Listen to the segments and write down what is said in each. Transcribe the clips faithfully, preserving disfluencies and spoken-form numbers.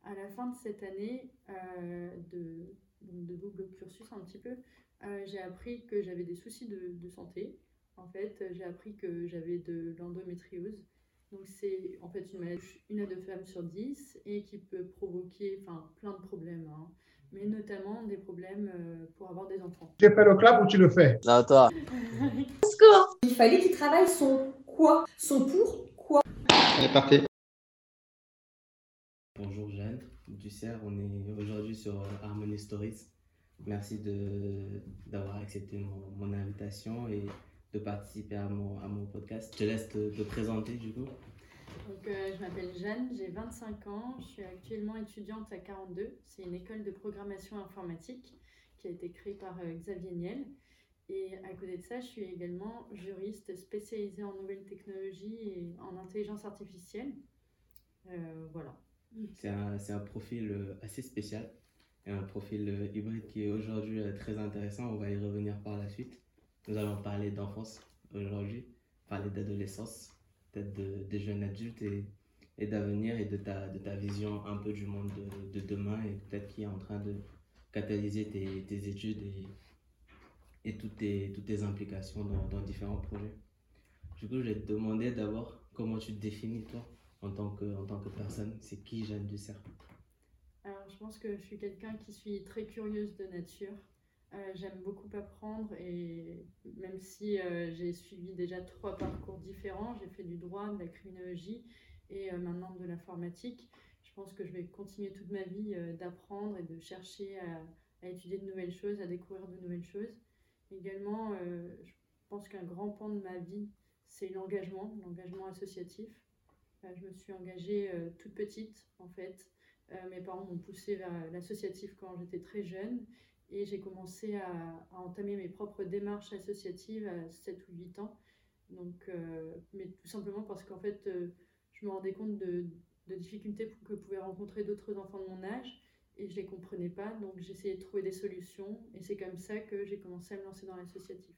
à la fin de cette année euh, de, de double cursus un petit peu, euh, j'ai appris que j'avais des soucis de, de santé. En fait, j'ai appris que j'avais de l'endométriose. Donc c'est en fait une maladie, une à deux femmes sur dix et qui peut provoquer enfin, plein de problèmes, hein, mais notamment des problèmes euh, pour avoir des enfants. Tu fais le clap ou tu le fais? Non, toi. Il fallait qu'il travaille son quoi? Son pour quoi? C'est parti. Bonjour Jeanne Dussert, on est aujourd'hui sur Harmony Stories. Merci de, d'avoir accepté mon, mon invitation et de participer à mon, à mon podcast. Je te laisse te, te présenter du coup. Donc, euh, je m'appelle Jeanne, j'ai vingt-cinq ans, je suis actuellement étudiante à quarante-deux. C'est une école de programmation informatique qui a été créée par euh, Xavier Niel. Et à côté de ça, je suis également juriste spécialisée en nouvelles technologies et en intelligence artificielle. Euh, voilà. C'est un, c'est un profil assez spécial, et un profil hybride qui est aujourd'hui très intéressant. On va y revenir par la suite. Nous allons parler d'enfance aujourd'hui, parler d'adolescence, peut-être de, des jeunes adultes et, et d'avenir et de ta, de ta vision un peu du monde de, de demain et peut-être qui est en train de catalyser tes, tes études et, et toutes, tes, toutes tes implications dans, dans différents projets. Du coup, je vais te demander d'abord comment tu te définis toi en tant que, en tant que personne. C'est qui Jeanne Dussert? Alors, je pense que je suis quelqu'un qui suis très curieuse de nature. Euh, j'aime beaucoup apprendre et même si euh, j'ai suivi déjà trois parcours différents, j'ai fait du droit, de la criminologie et euh, maintenant de l'informatique, je pense que je vais continuer toute ma vie euh, d'apprendre et de chercher à, à étudier de nouvelles choses, à découvrir de nouvelles choses. Également, euh, je pense qu'un grand pan de ma vie, c'est l'engagement, l'engagement associatif. Euh, je me suis engagée euh, toute petite en fait. Euh, mes parents m'ont poussée vers l'associatif quand j'étais très jeune et j'ai commencé à, à entamer mes propres démarches associatives à sept ou huit ans. Donc, euh, mais tout simplement parce qu'en fait, euh, je me rendais compte de, de difficultés que pouvaient rencontrer d'autres enfants de mon âge et je ne les comprenais pas. Donc, j'essayais de trouver des solutions et c'est comme ça que j'ai commencé à me lancer dans l'associatif.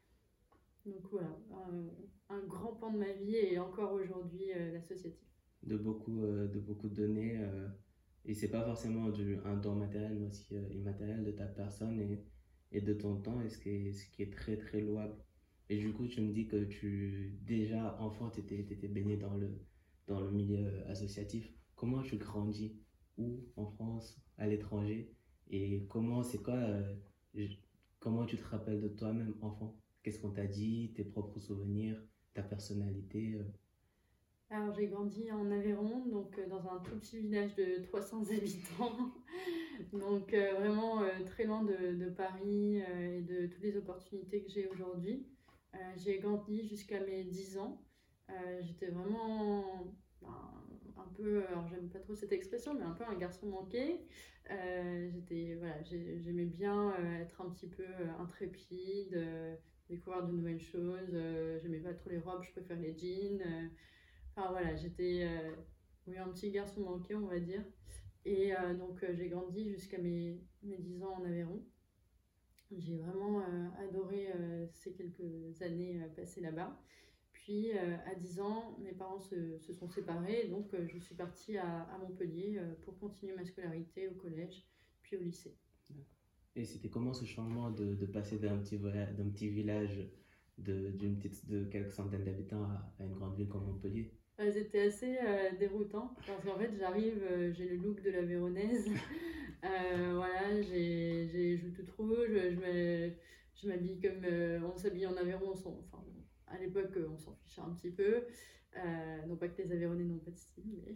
Donc voilà, un, un grand pan de ma vie et encore aujourd'hui euh, l'associatif. De beaucoup, euh, de beaucoup de données. Euh, et c'est pas forcément du, un don matériel, mais aussi euh, immatériel de ta personne et, et de ton temps, et ce qui est, ce qui est très très louable. Et du coup, tu me dis que tu, déjà enfant, tu étais baigné dans le, dans le milieu associatif. Comment tu grandis? Où? En France? À l'étranger? Et comment, c'est quoi, euh, je- comment tu te rappelles de toi-même enfant? Qu'est-ce qu'on t'a dit? Tes propres souvenirs? Ta personnalité? euh, Alors j'ai grandi en Aveyron, donc euh, dans un tout petit village de trois cents habitants, donc euh, vraiment euh, très loin de, de Paris euh, et de toutes les opportunités que j'ai aujourd'hui. Euh, j'ai grandi jusqu'à mes dix ans. Euh, j'étais vraiment ben, un peu, alors j'aime pas trop cette expression, mais un peu un garçon manqué. Euh, j'étais, voilà, j'ai- j'aimais bien euh, être un petit peu euh, intrépide, euh, découvrir de nouvelles choses. Euh, j'aimais pas trop les robes, je préfère les jeans. euh, Enfin voilà, j'étais euh, oui, un petit garçon manqué, on va dire. Et euh, donc euh, j'ai grandi jusqu'à mes, mes dix ans en Aveyron. J'ai vraiment euh, adoré euh, ces quelques années euh, passées là-bas. Puis euh, à dix ans, mes parents se, se sont séparés, donc euh, je suis partie à, à Montpellier euh, pour continuer ma scolarité au collège, puis au lycée. Et c'était comment ce changement de, de passer d'un petit, voyage, d'un petit village de, d'une petite, de quelques centaines d'habitants à, à une grande ville comme Montpellier? Euh, C'était assez euh, déroutant parce qu'en fait j'arrive, euh, j'ai le look de la Véronaise. Euh, voilà, j'ai j'ai les joues toutes rouges, je me- je m'habille comme euh, on s'habille en Aveyron, on s'en- enfin, à l'époque euh, on s'en fichait un petit peu. Euh, non pas que les Aveyronnais n'ont pas de style, mais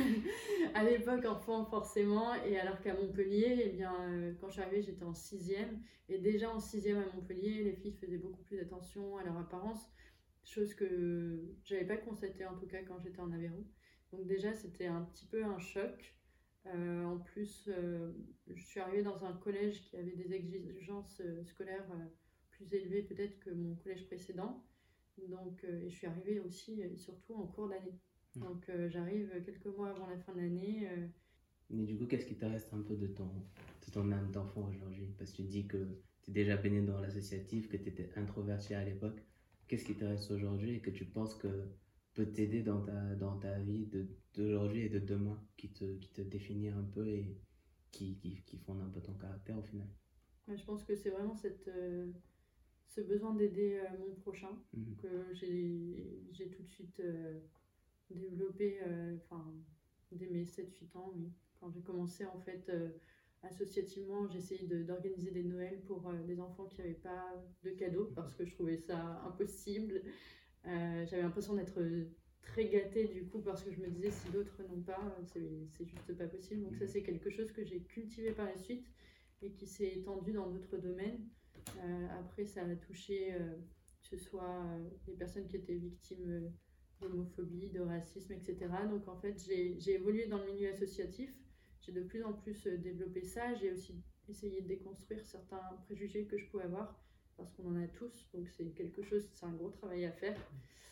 à l'époque enfant forcément. Et alors qu'à Montpellier, eh bien, euh, quand je suis arrivée j'étais en sixième et déjà en sixième à Montpellier, les filles faisaient beaucoup plus attention à leur apparence, chose que j'avais pas constatée en tout cas quand j'étais en Aveyron. Donc déjà c'était un petit peu un choc. Euh, en plus, euh, je suis arrivée dans un collège qui avait des exigences euh, scolaires euh, plus élevées peut-être que mon collège précédent. Donc, euh, et je suis arrivée aussi et surtout en cours d'année. Mmh. Donc euh, j'arrive quelques mois avant la fin de l'année. euh, Et du coup, qu'est-ce qui te reste un peu de ton, de ton âme d'enfant aujourd'hui? Parce que tu dis que tu es déjà baigné dans l'associatif, que tu étais introverti à l'époque. Qu'est-ce qui te reste aujourd'hui et que tu penses que peut t'aider dans ta, dans ta vie de, d'aujourd'hui et de demain, qui te, qui te définit un peu et qui, qui, qui fonde un peu ton caractère au final. Ouais, je pense que c'est vraiment cette, euh, ce besoin d'aider euh, mon prochain Mhm. que j'ai, j'ai tout de suite euh, développé, euh, enfin, dès mes sept huit ans, oui. Quand j'ai commencé, en fait, euh, associativement, j'essayais de- d'organiser des Noëls pour euh, des enfants qui n'avaient pas de cadeaux parce que je trouvais ça impossible. Euh, j'avais l'impression d'être très gâtée du coup parce que je me disais si d'autres n'ont pas, c'est c'est juste pas possible. Donc ça c'est quelque chose que j'ai cultivé par la suite et qui s'est étendu dans d'autres domaines. Euh, après ça a touché euh, que ce soit euh, les personnes qui étaient victimes euh, d'homophobie, de racisme, et cetera. Donc en fait j'ai j'ai évolué dans le milieu associatif. J'ai de plus en plus euh, développé ça. J'ai aussi essayé de déconstruire certains préjugés que je pouvais avoir parce qu'on en a tous, donc c'est quelque chose, c'est un gros travail à faire.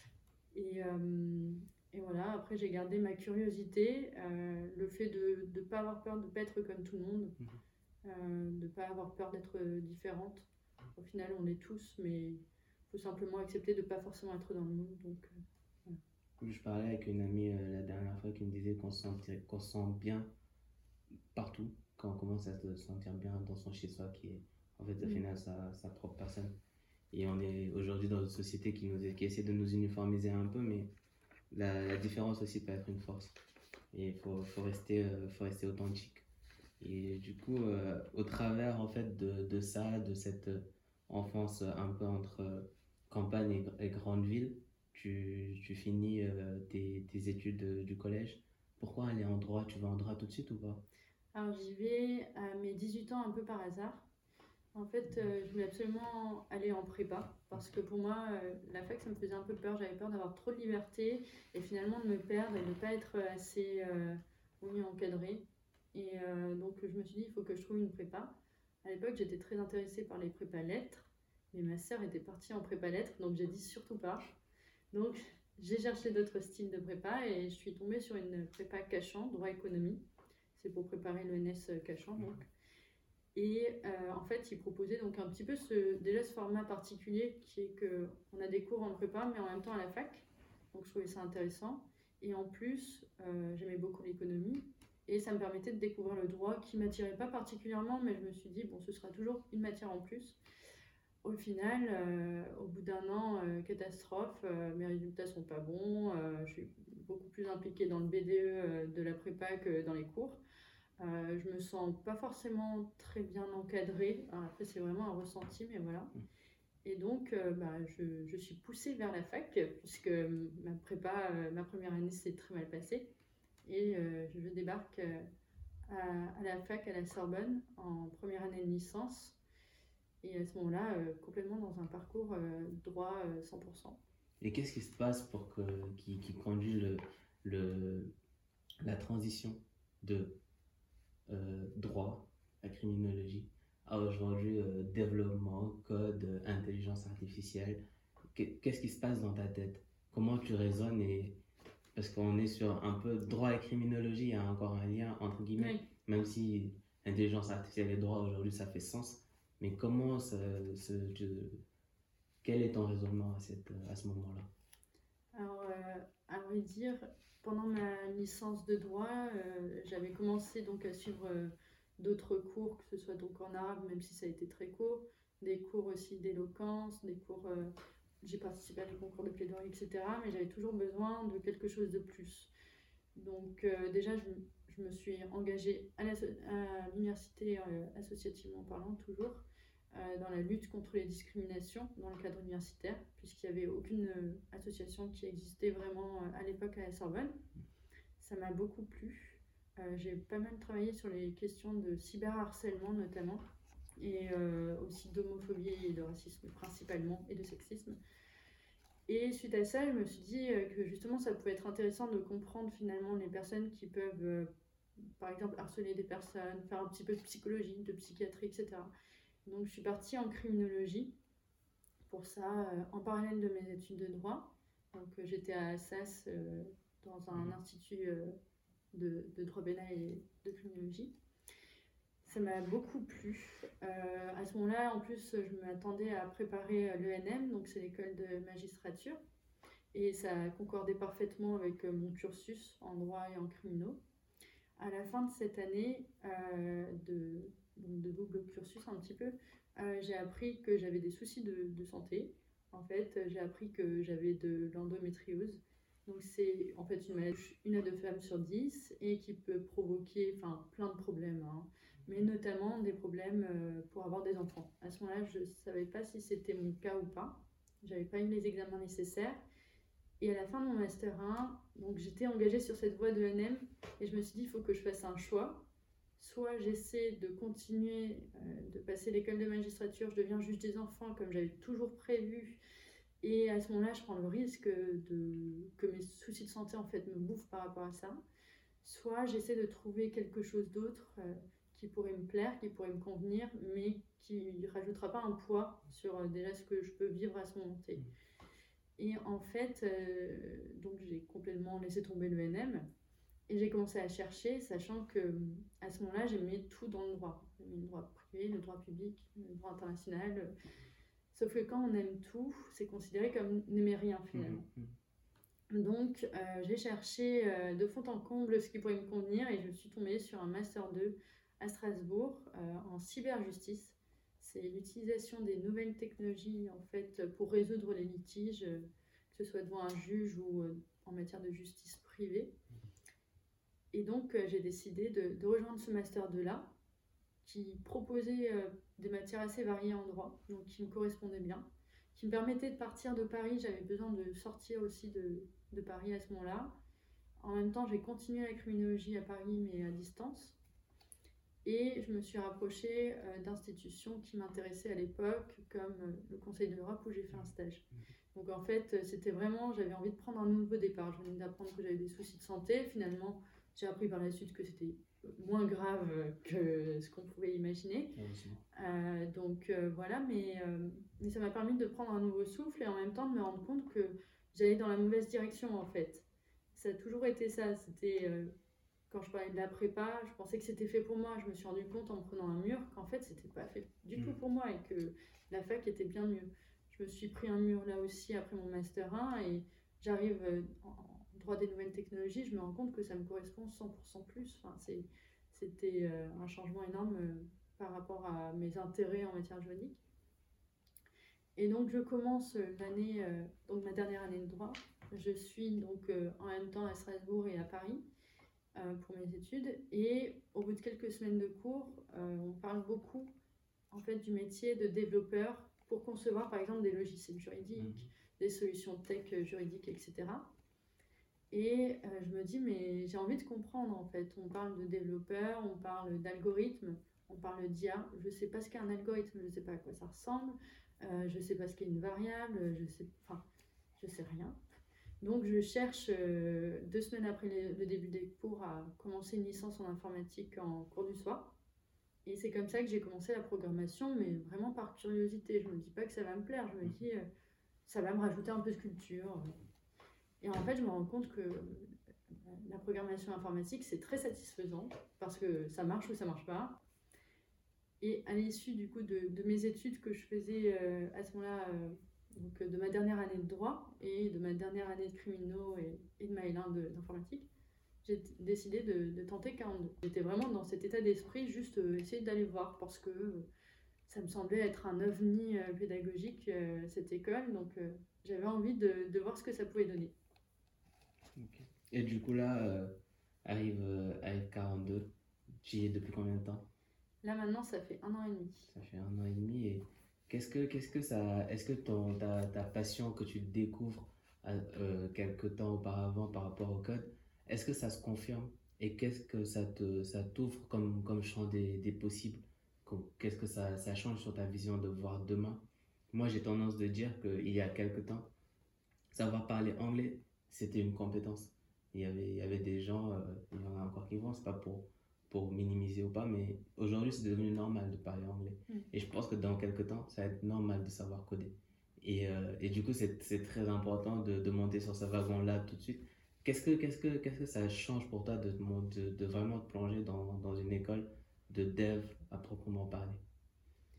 Et, euh, et voilà, après j'ai gardé ma curiosité, euh, le fait de ne pas avoir peur de ne pas être comme tout le monde, euh, de ne pas avoir peur d'être différente. Au final, on est tous, mais il faut simplement accepter de ne pas forcément être dans le monde. Donc, euh, voilà. Je parlais avec une amie euh, la dernière fois qui me disait qu'on se sentait, qu'on se sent bien partout, quand on commence à se sentir bien dans son chez-soi, qui est en fait au Mm. final sa, sa propre personne. Et on est aujourd'hui dans une société qui, nous, qui essaie de nous uniformiser un peu, mais la, la différence aussi peut être une force. Et il faut, faut, rester, euh, faut rester authentique. Et du coup, euh, au travers en fait de, de ça, de cette enfance un peu entre euh, campagne et, et grande ville, tu, tu finis euh, tes, tes études euh, du collège. Pourquoi aller en droit? Tu vas en droit tout de suite ou pas? Alors j'y vais à mes dix-huit ans un peu par hasard. En fait, euh, je voulais absolument aller en prépa parce que pour moi, euh, la fac, ça me faisait un peu peur. J'avais peur d'avoir trop de liberté et finalement de me perdre et de ne pas être assez euh, oui, encadrée. Et euh, donc, je me suis dit, il faut que je trouve une prépa. À l'époque, j'étais très intéressée par les prépas lettres, mais ma sœur était partie en prépa lettres, donc j'ai dit surtout pas. Donc, j'ai cherché d'autres styles de prépa et je suis tombée sur une prépa Cachan, droit économie. C'est pour préparer l'E N S Cachan, donc. Et euh, en fait, il proposait donc un petit peu ce, déjà ce format particulier qui est qu'on a des cours en prépa, mais en même temps à la fac. Donc je trouvais ça intéressant. Et en plus, euh, j'aimais beaucoup l'économie. Et ça me permettait de découvrir le droit qui ne m'attirait pas particulièrement, mais je me suis dit, bon, ce sera toujours une matière en plus. Au final, euh, au bout d'un an, euh, catastrophe, euh, mes résultats ne sont pas bons. Euh, je suis beaucoup plus impliquée dans le B D E euh, de la prépa que dans les cours. Euh, je me sens pas forcément très bien encadrée. Alors après, c'est vraiment un ressenti, mais voilà. Et donc, euh, bah, je, je suis poussée vers la fac, puisque ma prépa, euh, ma première année s'est très mal passée. Et euh, je débarque euh, à, à la fac, à la Sorbonne, en première année de licence. Et à ce moment-là, euh, complètement dans un parcours euh, droit euh, cent pour cent. Et qu'est-ce qui se passe pour que, qui, qui conduit le, le, la transition de euh, droit à criminologie à aujourd'hui euh, développement, code, euh, intelligence artificielle? Qu'est-ce qui se passe dans ta tête? Comment tu raisonnes et... Parce qu'on est sur un peu droit et criminologie, il y a encore un lien entre guillemets, Oui. même si intelligence artificielle et droit aujourd'hui ça fait sens. Mais comment ça, ça, tu- quel est ton raisonnement à, cette, à ce moment-là? Alors, euh, à vrai dire, pendant ma licence de droit, euh, j'avais commencé donc à suivre euh, d'autres cours, que ce soit donc en arabe, même si ça a été très court, des cours aussi d'éloquence, des cours, euh, j'ai participé à des concours de plaidoirie, et cetera. Mais j'avais toujours besoin de quelque chose de plus. Donc euh, déjà, je, je me suis engagée à l'université, euh, associativement parlant, toujours, euh, dans la lutte contre les discriminations dans le cadre universitaire, puisqu'il n'y avait aucune euh, association qui existait vraiment euh, à l'époque à la Sorbonne. Ça m'a beaucoup plu. Euh, j'ai pas mal travaillé sur les questions de cyberharcèlement notamment, et euh, aussi d'homophobie et de racisme principalement, et de sexisme. Et suite à ça, je me suis dit euh, que justement ça pouvait être intéressant de comprendre finalement les personnes qui peuvent, euh, par exemple, harceler des personnes, faire un petit peu de psychologie, de psychiatrie, et cetera. Donc je suis partie en criminologie pour ça, euh, en parallèle de mes études de droit. Donc euh, j'étais à Assas euh, dans un institut euh, de, de droit pénal et de criminologie. Ça m'a beaucoup plu. Euh, à ce moment-là, en plus, je m'attendais à préparer l'E N M, donc c'est l'école de magistrature. Et ça concordait parfaitement avec euh, mon cursus en droit et en criminaux. À la fin de cette année euh, de, donc de double cursus un petit peu, euh, j'ai appris que j'avais des soucis de, de santé. En fait, j'ai appris que j'avais de l'endométriose. Donc c'est en fait une maladie, une à deux femmes sur dix et qui peut provoquer enfin, plein de problèmes, hein, mais notamment des problèmes euh, pour avoir des enfants. À ce moment-là, je ne savais pas si c'était mon cas ou pas. Je n'avais pas eu les examens nécessaires. Et à la fin de mon Master un, donc j'étais engagée sur cette voie de l'E N M et je me suis dit, il faut que je fasse un choix. Soit j'essaie de continuer euh, de passer l'école de magistrature, je deviens juge des enfants comme j'avais toujours prévu. Et à ce moment-là, je prends le risque de, que mes soucis de santé en fait, me bouffent par rapport à ça. Soit j'essaie de trouver quelque chose d'autre euh, qui pourrait me plaire, qui pourrait me convenir, mais qui ne rajoutera pas un poids sur euh, déjà ce que je peux vivre à ce moment T. Et en fait, euh, donc j'ai complètement laissé tomber l'E N M et j'ai commencé à chercher, sachant que à ce moment-là, j'aimais tout dans le droit. J'aimais le droit privé, le droit public, le droit international. Euh, sauf que quand on aime tout, c'est considéré comme n'aimer rien finalement. Mmh. Donc euh, j'ai cherché euh, de fond en comble ce qui pourrait me convenir et je suis tombée sur un Master deux à Strasbourg euh, en cyberjustice. C'est l'utilisation des nouvelles technologies en fait, pour résoudre les litiges, que ce soit devant un juge ou en matière de justice privée. Et donc, j'ai décidé de, de rejoindre ce Master deux-là, qui proposait euh, des matières assez variées en droit, donc qui me correspondaient bien, qui me permettait de partir de Paris. J'avais besoin de sortir aussi de, de Paris à ce moment-là. En même temps, j'ai continué la criminologie à Paris, mais à distance. Et je me suis rapprochée euh, d'institutions qui m'intéressaient à l'époque, comme euh, le Conseil de l'Europe où j'ai fait un stage. Donc en fait, c'était vraiment, j'avais envie de prendre un nouveau départ. Je venais d'apprendre que j'avais des soucis de santé. Finalement, j'ai appris par la suite que c'était moins grave que ce qu'on pouvait imaginer. Euh, donc euh, voilà, mais, euh, mais ça m'a permis de prendre un nouveau souffle et en même temps de me rendre compte que j'allais dans la mauvaise direction en fait. Ça a toujours été ça, c'était... Euh, Quand je parlais de la prépa, je pensais que c'était fait pour moi. Je me suis rendu compte en me prenant un mur qu'en fait, c'était pas fait du tout pour moi et que la fac était bien mieux. Je me suis pris un mur là aussi après mon Master un et j'arrive en droit des nouvelles technologies. Je me rends compte que ça me correspond cent pour cent plus. Enfin, c'est, c'était un changement énorme par rapport à mes intérêts en matière juridique. Et donc, je commence l'année, donc ma dernière année de droit. Je suis donc en même temps à Strasbourg et à Paris pour mes études et au bout de quelques semaines de cours, euh, on parle beaucoup en fait du métier de développeur pour concevoir par exemple des logiciels juridiques, mmh. des solutions tech juridiques, et cetera. Et euh, je me dis mais j'ai envie de comprendre en fait. On parle de développeur, on parle d'algorithme, on parle d'I A. Je sais pas ce qu'est un algorithme, je sais pas à quoi ça ressemble, euh, je sais pas ce qu'est une variable, je sais, enfin, je sais rien. Donc je cherche euh, deux semaines après le, le début des cours à commencer une licence en informatique en cours du soir. Et c'est comme ça que j'ai commencé la programmation, mais vraiment par curiosité. Je ne me dis pas que ça va me plaire, je me dis euh, ça va me rajouter un peu de culture. Et en fait, je me rends compte que euh, la programmation informatique, c'est très satisfaisant parce que ça marche ou ça ne marche pas. Et à l'issue du coup de, de mes études que je faisais euh, à ce moment-là, euh, donc de ma dernière année de droit et de ma dernière année de criminaux et, et de ma L un d'informatique, j'ai décidé de, de tenter quarante-deux. J'étais vraiment dans cet état d'esprit, juste euh, essayer d'aller voir parce que euh, ça me semblait être un ovni euh, pédagogique, euh, cette école, donc euh, j'avais envie de, de voir ce que ça pouvait donner. Okay. Et du coup là, euh, arrive, euh, arrive quarante-deux, tu y es depuis combien de temps? Là maintenant, ça fait un an et demi. Ça fait un an et demi et qu'est-ce que, qu'est-ce que ça, est-ce que ton, ta, ta passion que tu découvres euh, quelque temps auparavant par rapport au code, est-ce que ça se confirme et qu'est-ce que ça, te, ça t'ouvre comme, comme champ des, des possibles? Qu'est-ce que ça, ça change sur ta vision de voir demain? Moi, j'ai tendance de dire qu'il y a quelque temps, savoir parler anglais, c'était une compétence. Il y avait, il y avait des gens, euh, il y en a encore qui vont, c'est pas pour... pour minimiser ou pas, mais aujourd'hui c'est devenu normal de parler anglais. Mm. Et je pense que dans quelques temps, ça va être normal de savoir coder. Et, euh, et du coup, c'est, c'est très important de, de monter sur ce wagon-là tout de suite. Qu'est-ce que, qu'est-ce que, qu'est-ce que ça change pour toi de, de, de vraiment te plonger dans, dans une école de dev à proprement parler?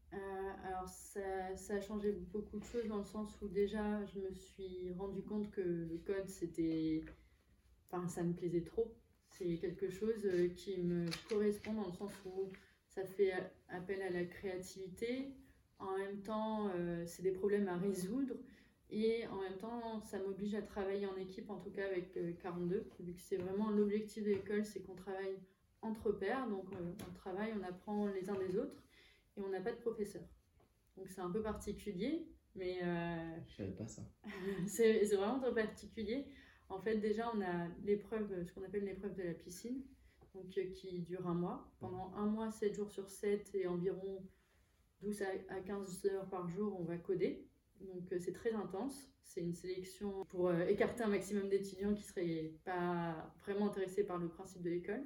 Euh, alors ça, ça a changé beaucoup de choses dans le sens où déjà je me suis rendu compte que le code c'était, enfin ça me plaisait trop. C'est quelque chose euh, qui me correspond dans le sens où ça fait a- appel à la créativité. En même temps, euh, c'est des problèmes à résoudre. Et en même temps, ça m'oblige à travailler en équipe, en tout cas avec euh, quarante-deux, vu que c'est vraiment l'objectif de l'école, c'est qu'on travaille entre pairs. Donc euh, on travaille, on apprend les uns des autres et on n'a pas de professeur. Donc c'est un peu particulier, mais euh, Je savais pas ça. c'est c'est vraiment très particulier. En fait, déjà, on a l'épreuve, ce qu'on appelle l'épreuve de la piscine, donc, euh, qui dure un mois. Pendant un mois, sept jours sur sept et environ douze à quinze heures par jour, on va coder. Donc euh, c'est très intense. C'est une sélection pour euh, écarter un maximum d'étudiants qui ne seraient pas vraiment intéressés par le principe de l'école.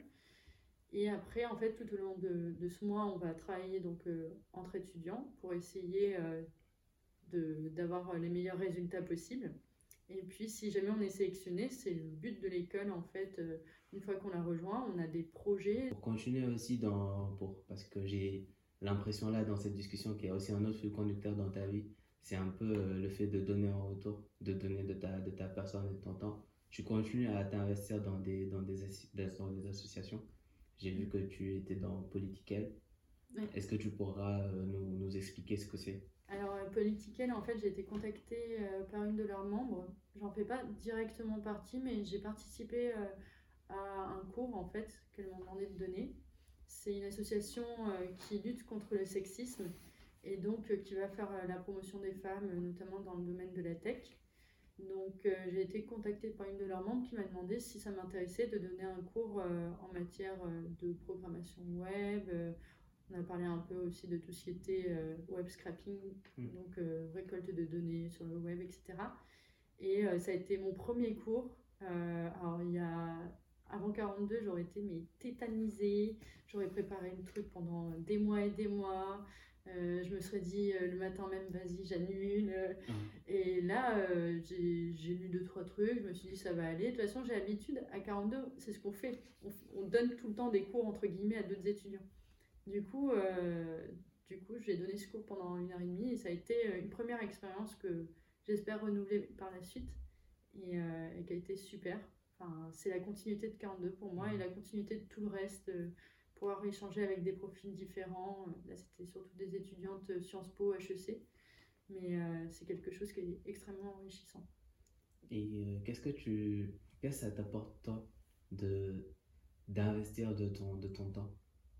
Et après, en fait, tout au long de, de ce mois, on va travailler donc, euh, entre étudiants pour essayer euh, de, d'avoir les meilleurs résultats possibles. Et puis, si jamais on est sélectionné, c'est le but de l'école, en fait, euh, une fois qu'on la rejoint, on a des projets. Pour continuer aussi, dans, pour, parce que j'ai l'impression là dans cette discussion qu'il y a aussi un autre fil conducteur dans ta vie, c'est un peu euh, le fait de donner en retour, de donner de ta, de ta personne et de ton temps. Tu continues à t'investir dans des, dans des, assi- dans des associations. J'ai vu que tu étais dans Political. Ouais. Est-ce que tu pourras euh, nous, nous expliquer ce que c'est? Alors, euh, Political, en fait, j'ai été contactée euh, par une de leurs membres. J'en fais pas directement partie, mais j'ai participé euh, à un cours, en fait, qu'elles m'ont demandé de donner. C'est une association euh, qui lutte contre le sexisme et donc euh, qui va faire euh, la promotion des femmes, euh, notamment dans le domaine de la tech. Donc, euh, j'ai été contactée par une de leurs membres qui m'a demandé si ça m'intéressait de donner un cours euh, en matière euh, de programmation web. Euh, on a parlé un peu aussi de tout ce qui était euh, web scraping, Mm. donc euh, récolte de données sur le web, et cetera. Et euh, ça a été mon premier cours. Euh, alors, il y a... Avant quarante-deux, j'aurais été mais tétanisée. J'aurais préparé le truc pendant des mois et des mois. Euh, je me serais dit euh, le matin même, vas-y, j'annule. Mm. Et là, euh, j'ai j'ai lu deux, trois trucs. Je me suis dit, ça va aller. De toute façon, j'ai l'habitude. À quarante-deux, c'est ce qu'on fait. On, on donne tout le temps des cours, entre guillemets, à d'autres étudiants. Du coup, euh, du coup, j'ai donné ce cours pendant une heure et demie. Et ça a été euh, une première expérience que j'espère renouveler par la suite. Et, euh, et qui a été super. Enfin, c'est la continuité de quarante-deux pour moi et la continuité de tout le reste. Euh, pouvoir échanger avec des profils différents. Là, c'était surtout des étudiantes Sciences Po, H E C. Mais euh, c'est quelque chose qui est extrêmement enrichissant. Et euh, qu'est-ce que tu, qu'est-ce que ça t'apporte toi de d'investir de ton, de ton temps?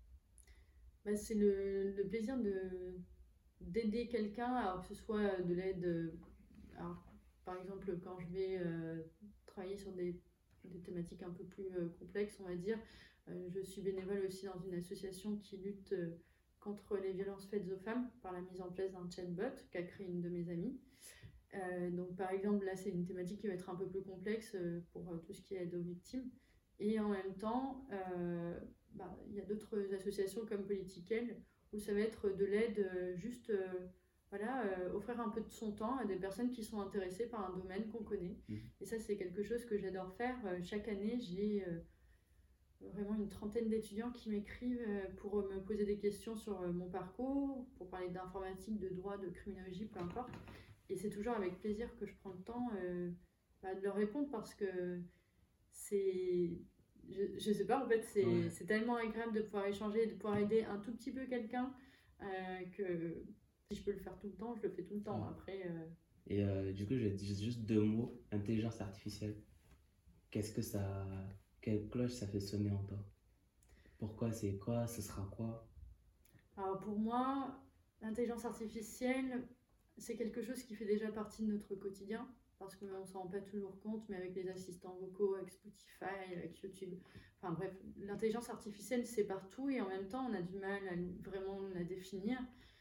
Bah, c'est le, le plaisir de, d'aider quelqu'un, alors que ce soit de l'aide. euh, alors, par exemple, quand je vais euh, travailler sur des, des thématiques un peu plus euh, complexes, on va dire, euh, je suis bénévole aussi dans une association qui lutte euh, contre les violences faites aux femmes par la mise en place d'un chatbot qu'a créé une de mes amies. Euh, donc, par exemple, là, c'est une thématique qui va être un peu plus complexe euh, pour euh, tout ce qui est aide aux victimes. Et en même temps, euh, bah, il y a d'autres associations comme Political où ça va être de l'aide euh, juste, euh, voilà, euh, offrir un peu de son temps à des personnes qui sont intéressées par un domaine qu'on connaît. Mmh. Et ça, c'est quelque chose que j'adore faire. Euh, chaque année, j'ai euh, vraiment une trentaine d'étudiants qui m'écrivent euh, pour me poser des questions sur euh, mon parcours, pour parler d'informatique, de droit, de criminologie, peu importe. Et c'est toujours avec plaisir que je prends le temps euh, bah, de leur répondre parce que c'est... Je, je sais pas, en fait, c'est Ouais. c'est tellement agréable de pouvoir échanger, de pouvoir aider un tout petit peu quelqu'un euh, que si je peux le faire tout le temps, je le fais tout le temps. Ouais. Après, euh, Et euh, du coup, je vais dire juste deux mots. Intelligence artificielle. Qu'est-ce que ça... Quelle cloche ça fait sonner en toi? Pourquoi c'est quoi? Ce sera quoi? alors pour moi, l'intelligence artificielle, c'est quelque chose qui fait déjà partie de notre quotidien parce qu'on ne s'en rend pas toujours compte, mais avec les assistants vocaux, avec Spotify, avec YouTube, enfin bref, l'intelligence artificielle c'est partout et en même temps on a du mal à vraiment la définir.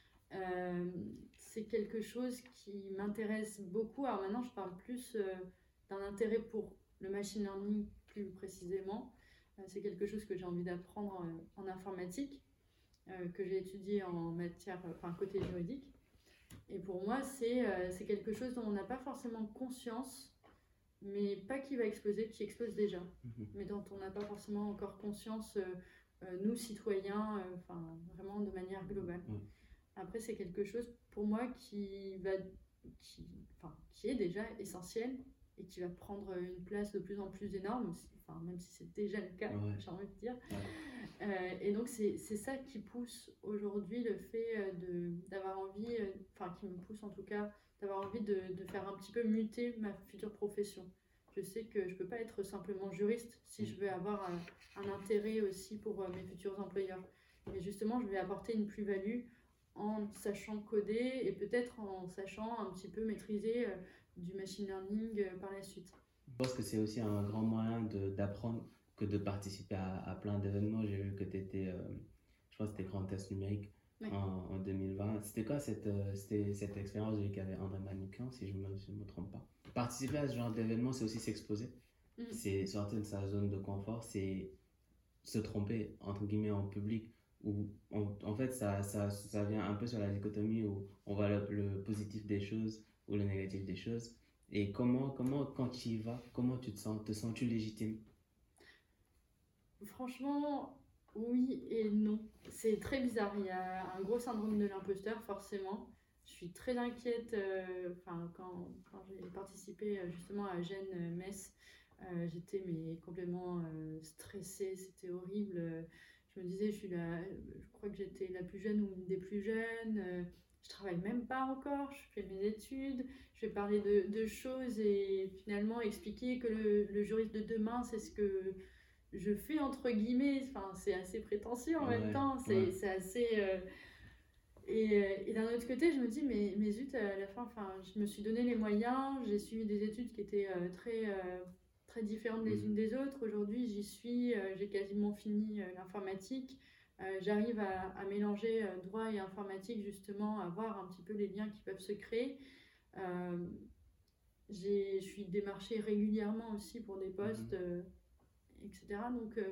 Euh, c'est quelque chose qui m'intéresse beaucoup. Alors maintenant je parle plus euh, d'un intérêt pour le machine learning plus précisément. Euh, c'est quelque chose que j'ai envie d'apprendre euh, en informatique. Euh, que j'ai étudié en matière, enfin côté juridique. Et pour moi, c'est euh, c'est quelque chose dont on n'a pas forcément conscience, mais pas qui va exploser, qui explose déjà, Mmh. mais dont on n'a pas forcément encore conscience, euh, euh, nous citoyens, enfin euh, vraiment de manière globale. Ouais. Après, c'est quelque chose pour moi qui, va, qui, enfin, qui est déjà essentiel et qui va prendre une place de plus en plus énorme, enfin, même si c'est déjà le cas, ouais. j'ai envie de dire. Ouais. Euh, et donc, c'est, c'est ça qui pousse aujourd'hui le fait de, d'avoir envie, enfin, qui me pousse en tout cas, d'avoir envie de, de faire un petit peu muter ma future profession. Je sais que je ne peux pas être simplement juriste si je veux avoir un, un intérêt aussi pour mes futurs employeurs. Mais justement, je vais apporter une plus-value en sachant coder et peut-être en sachant un petit peu maîtriser euh, du machine learning euh, par la suite. Je pense que c'est aussi un grand moyen de, d'apprendre que de participer à, à plein d'événements. J'ai vu que tu étais, euh, je crois que c'était Grand Test Numérique oui. en, en deux mille vingt. C'était quoi cette, euh, c'était cette expérience de qu'avait André Manoukian, si je ne me, me trompe pas. Participer à ce genre d'événement, c'est aussi s'exposer. Mm. C'est sortir de sa zone de confort, c'est se tromper, entre guillemets, en public. Où on, en fait, ça, ça, ça vient un peu sur la dichotomie où on voit le, le positif des choses ou le négatif des choses. Et comment, comment quand tu y vas, comment tu te sens? Te sens-tu légitime? Franchement, oui et non. C'est très bizarre. Il y a un gros syndrome de l'imposteur, forcément. Je suis très inquiète. Euh, quand, quand j'ai participé justement à Gênes Metz, euh, j'étais mais complètement euh, stressée. C'était horrible. Je me disais, je, suis la, je crois que j'étais la plus jeune ou une des plus jeunes. Euh, je travaille même pas encore. Je fais mes études. Je vais parler de, de choses et finalement expliquer que le, le juriste de demain, c'est ce que je fais entre guillemets. Enfin, c'est assez prétentieux en ouais, même temps. C'est, ouais. c'est assez. Euh, et, et d'un autre côté, je me dis, mais, mais zut, à la fin, enfin, je me suis donné les moyens. J'ai suivi des études qui étaient euh, très. Euh, très différentes les unes des autres. Aujourd'hui, j'y suis, euh, j'ai quasiment fini euh, l'informatique. Euh, j'arrive à, à mélanger euh, droit et informatique, justement, à voir un petit peu les liens qui peuvent se créer. Euh, j'ai, je suis démarchée régulièrement aussi pour des postes, euh, et cetera. Donc, euh,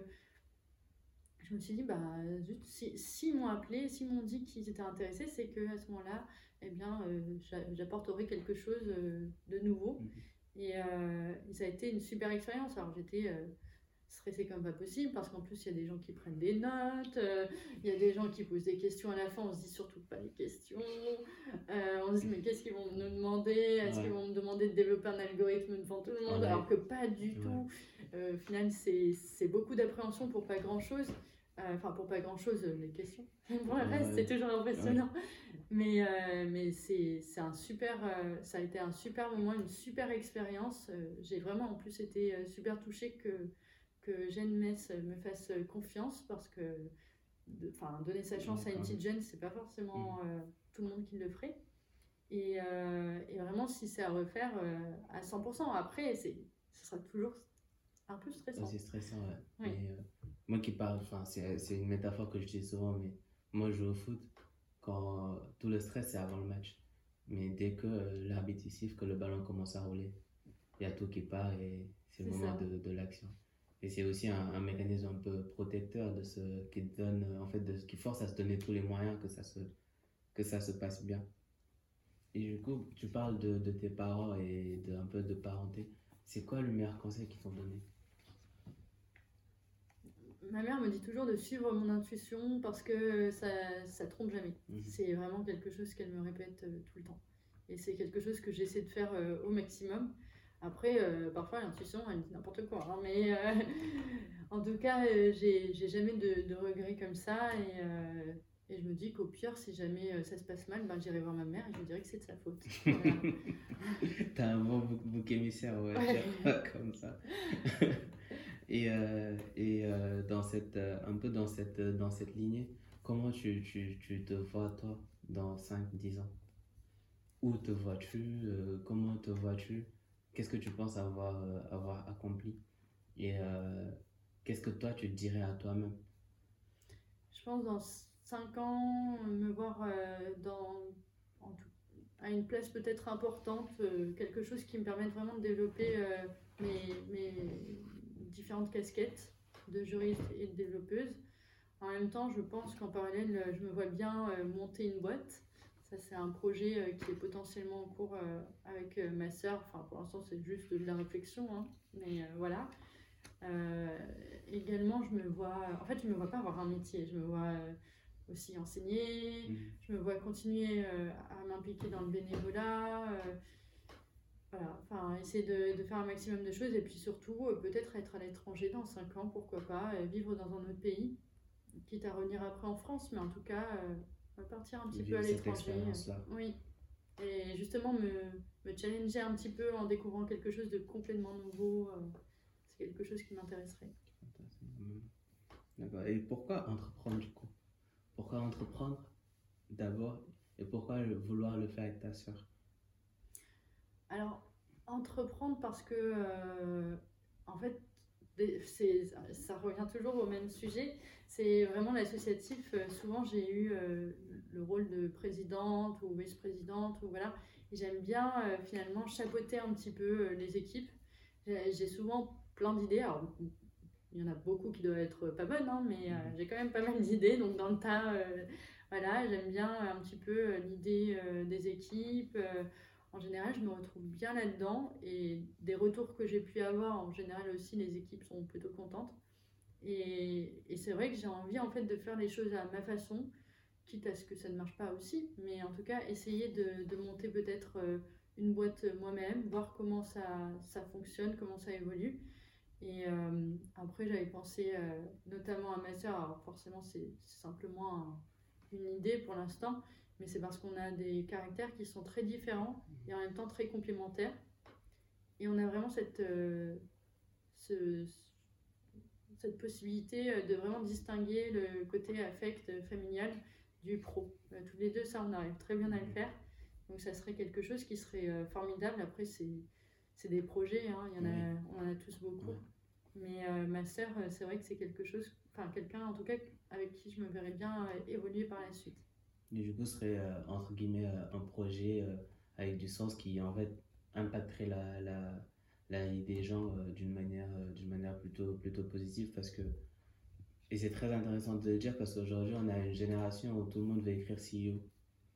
je me suis dit, bah, zut, si, s'ils m'ont appelé, s'ils m'ont dit qu'ils étaient intéressés, c'est qu'à ce moment-là, eh bien, euh, j'apporterai quelque chose euh, de nouveau. Mmh. Et, euh, et ça a été une super expérience. Alors j'étais euh, stressée comme pas possible parce qu'en plus il y a des gens qui prennent des notes, euh, il y a des gens qui posent des questions à la fin, on se dit surtout pas les questions, euh, on se dit mais qu'est-ce qu'ils vont nous demander, est-ce ouais. qu'ils vont me demander de développer un algorithme devant tout le monde, ouais. alors que pas du ouais. tout. Euh, au final c'est, c'est beaucoup d'appréhension pour pas grand chose. Enfin, euh, pour pas grand chose, les questions. Pour le reste, ouais. c'est toujours impressionnant. Ouais. Mais, euh, mais c'est, c'est un super, euh, ça a été un super moment, une super expérience. Euh, j'ai vraiment en plus été euh, super touchée que, que Gênes Metz me fasse confiance parce que de, donner sa chance ouais, à une petite jeune, c'est pas forcément euh, tout le monde qui le ferait. Et, euh, et vraiment, si c'est à refaire euh, à cent pour cent, après, c'est, ce sera toujours un peu stressant. C'est stressant, ouais. Oui. Mais, euh, moi qui parle, enfin, c'est, c'est une métaphore que je dis souvent, mais moi je joue au foot, quand euh, tout le stress c'est avant le match. Mais dès que euh, l'arbitre siffle, que le ballon commence à rouler, il y a tout qui part et c'est, c'est le moment de, de l'action. Et c'est aussi un, un mécanisme un peu protecteur de ce qui donne, en fait, de, qui force à se donner tous les moyens que ça se, que ça se passe bien. Et du coup, tu parles de, de tes parents et de, un peu de parenté. C'est quoi le meilleur conseil qu'ils t'ont donné? Ma mère me dit toujours de suivre mon intuition parce que ça ça trompe jamais. Mmh. C'est vraiment quelque chose qu'elle me répète euh, tout le temps. Et c'est quelque chose que j'essaie de faire euh, au maximum. Après, euh, parfois l'intuition, elle dit n'importe quoi. Hein, mais euh, en tout cas, euh, j'ai, j'ai jamais de, de regrets comme ça. Et, euh, et je me dis qu'au pire, si jamais euh, ça se passe mal, ben, j'irai voir ma mère et je lui dirai que c'est de sa faute. Voilà. T'as un bon bouc, bouc émissaire, ouais, ouais. Comme ça. Et, euh, et euh, dans cette, euh, un peu dans cette, dans cette lignée, comment tu, tu, tu te vois toi dans cinq dix ans? Où te vois-tu? euh, Comment te vois-tu? Qu'est-ce que tu penses avoir, euh, avoir accompli? Et euh, qu'est-ce que toi tu te dirais à toi-même? Je pense dans cinq ans, me voir euh, dans, en tout, à une place peut-être importante, euh, quelque chose qui me permette vraiment de développer euh, mes... mes différentes casquettes de juriste et de développeuse. En même temps, je pense qu'en parallèle, je me vois bien euh, monter une boîte. Ça, c'est un projet euh, qui est potentiellement en cours euh, avec euh, ma sœur. Enfin, pour l'instant, c'est juste de la réflexion, hein. Mais euh, voilà. Euh, également, je me vois... En fait, je ne me vois pas avoir un métier. Je me vois euh, aussi enseigner, Mhm. je me vois continuer euh, à m'impliquer dans le bénévolat, euh, voilà, enfin essayer de, de faire un maximum de choses et puis surtout euh, peut-être être à l'étranger dans cinq ans, pourquoi pas, euh, vivre dans un autre pays, quitte à revenir après en France, mais en tout cas euh, partir un petit peu Vivre à cette l'étranger. expérience-là. Oui, et justement me, me challenger un petit peu en découvrant quelque chose de complètement nouveau, euh, c'est quelque chose qui m'intéresserait. D'accord. Et pourquoi entreprendre du coup? Pourquoi entreprendre d'abord et pourquoi le- vouloir le faire avec ta sœur? Alors, entreprendre parce que, euh, en fait, des- c'est, ça revient toujours au même sujet. C'est vraiment l'associatif. Euh, Souvent, j'ai eu euh, le rôle de présidente ou vice-présidente, ou voilà. Et j'aime bien euh, finalement chapeauter un petit peu euh, les équipes. J'ai j'ai souvent plein d'idées. Alors, il y en a beaucoup qui doivent être pas bonnes, hein, mais euh, j'ai quand même pas mal d'idées. Donc, dans le tas, euh, voilà, j'aime bien un petit peu euh, l'idée euh, des équipes. euh, en général, je me retrouve bien là-dedans et des retours que j'ai pu avoir, en général aussi, les équipes sont plutôt contentes. Et, et c'est vrai que j'ai envie en fait de faire les choses à ma façon, quitte à ce que ça ne marche pas aussi, mais en tout cas essayer de, de monter peut-être euh, une boîte moi-même, voir comment ça, ça fonctionne, comment ça évolue. Et euh, après, j'avais pensé euh, notamment à ma sœur. Alors forcément, c'est c'est simplement un- une idée pour l'instant, mais c'est parce qu'on a des caractères qui sont très différents et en même temps très complémentaires. Et on a vraiment cette, euh, ce- cette possibilité euh, de vraiment distinguer le côté affect euh, familial du pro. Euh, tous les deux, ça, on arrive très bien à le faire. Donc ça serait quelque chose qui serait euh, formidable. Après, c'est c'est des projets, hein. Il y en a, Oui. on en a tous beaucoup. Ouais. Mais euh, ma sœur, euh, c'est vrai que c'est quelque chose, enfin quelqu'un en tout cas avec qui je me verrais bien euh, évoluer par la suite. Et du coup, ce serait euh, entre guillemets euh, un projet euh, avec du sens qui en fait impacterait la, la, la vie des gens euh, d'une manière, euh, d'une manière plutôt, plutôt positive parce que, et c'est très intéressant de le dire parce qu'aujourd'hui on a une génération où tout le monde veut écrire C E O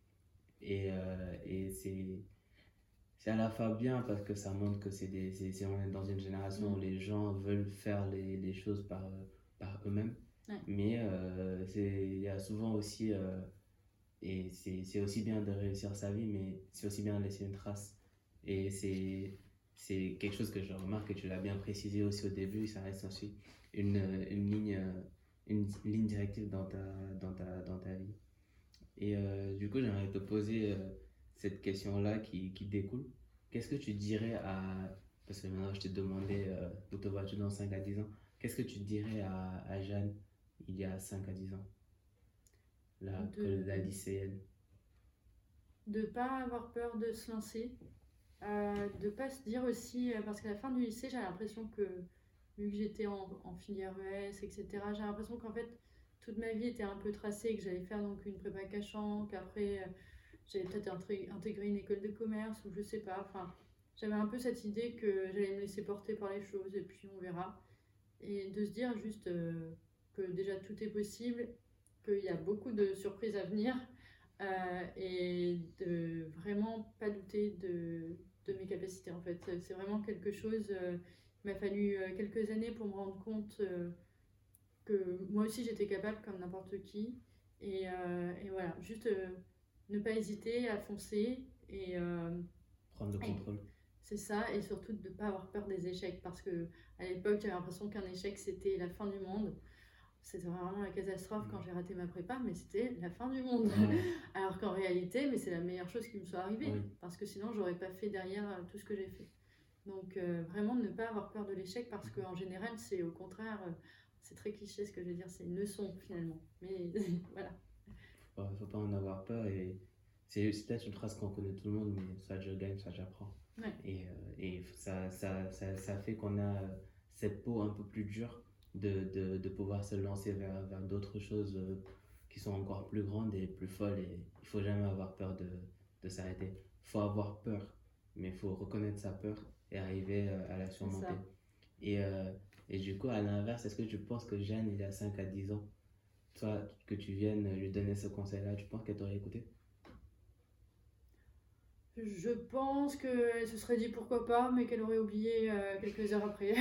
et, euh, et c'est, c'est à la fois bien parce que ça montre que c'est des, c'est, c'est- on est dans une génération où Mm. les gens veulent faire les, les choses par, euh, par eux-mêmes, Ouais. mais euh, c'est, il y a souvent aussi euh, et c'est c'est aussi bien de réussir sa vie, mais c'est aussi bien de laisser une trace. Et c'est c'est quelque chose que je remarque, et tu l'as bien précisé aussi au début, ça reste aussi une, une ligne, euh, une, ligne directive dans ta, dans ta, dans ta vie. Et euh, du coup, j'aimerais te poser euh, cette question-là qui, qui découle. Qu'est-ce que tu dirais à... Parce que maintenant, je t'ai demandé euh, où te vois-tu dans cinq à dix ans. Qu'est-ce que tu dirais à, à Jeanne il y a cinq à dix ans, la, De la lycéenne? ne pas avoir peur de se lancer, euh, de pas se dire aussi, euh, parce qu'à la fin du lycée, j'ai l'impression que, vu que j'étais en, en filière E S, et cetera, j'ai l'impression qu'en fait, toute ma vie était un peu tracée, que j'allais faire donc une prépa Cachan, qu'après, euh, j'allais peut-être intré- intégrer une école de commerce, ou je sais pas, enfin, j'avais un peu cette idée que j'allais me laisser porter par les choses, et puis on verra. Et de se dire juste euh, que déjà tout est possible, qu'il y a beaucoup de surprises à venir, euh, et de vraiment pas douter de, de mes capacités en fait. C'est vraiment quelque chose, euh, il m'a fallu euh, quelques années pour me rendre compte euh, que moi aussi j'étais capable comme n'importe qui. Et, euh, et voilà, juste euh, ne pas hésiter à foncer et, euh, Prendre le et contrôle. c'est ça, et surtout de ne pas avoir peur des échecs parce que à l'époque j'avais l'impression qu'un échec c'était la fin du monde. C'était vraiment la catastrophe quand j'ai raté ma prépa, mais c'était la fin du monde. Ouais. Alors qu'en réalité, mais c'est la meilleure chose qui me soit arrivée, Oui. parce que sinon j'aurais pas fait derrière euh, tout ce que j'ai fait. Donc euh, vraiment ne pas avoir peur de l'échec, parce qu'en général c'est au contraire, euh, c'est très cliché ce que je vais dire, c'est une leçon finalement. Mais voilà. Faut pas, faut pas en avoir peur et c'est c'est peut-être une phrase qu'on connaît tout le monde, mais soit je gagne, soit j'apprends. Ouais. Et, euh, et ça, ça, ça, ça fait qu'on a euh, cette peau un peu plus dure de, de, de pouvoir se lancer vers, vers d'autres choses euh, qui sont encore plus grandes et plus folles. Et il faut jamais avoir peur de, de s'arrêter. Il faut avoir peur, mais il faut reconnaître sa peur et arriver euh, à la C'est surmonter. ça. Et, euh, et du coup, à l'inverse, est-ce que tu penses que Jeanne, il a cinq à dix ans, toi, que tu viennes lui donner ce conseil-là, tu penses qu'elle t'aurait écouté? Je pense qu'elle se serait dit pourquoi pas, mais qu'elle aurait oublié euh, quelques heures après.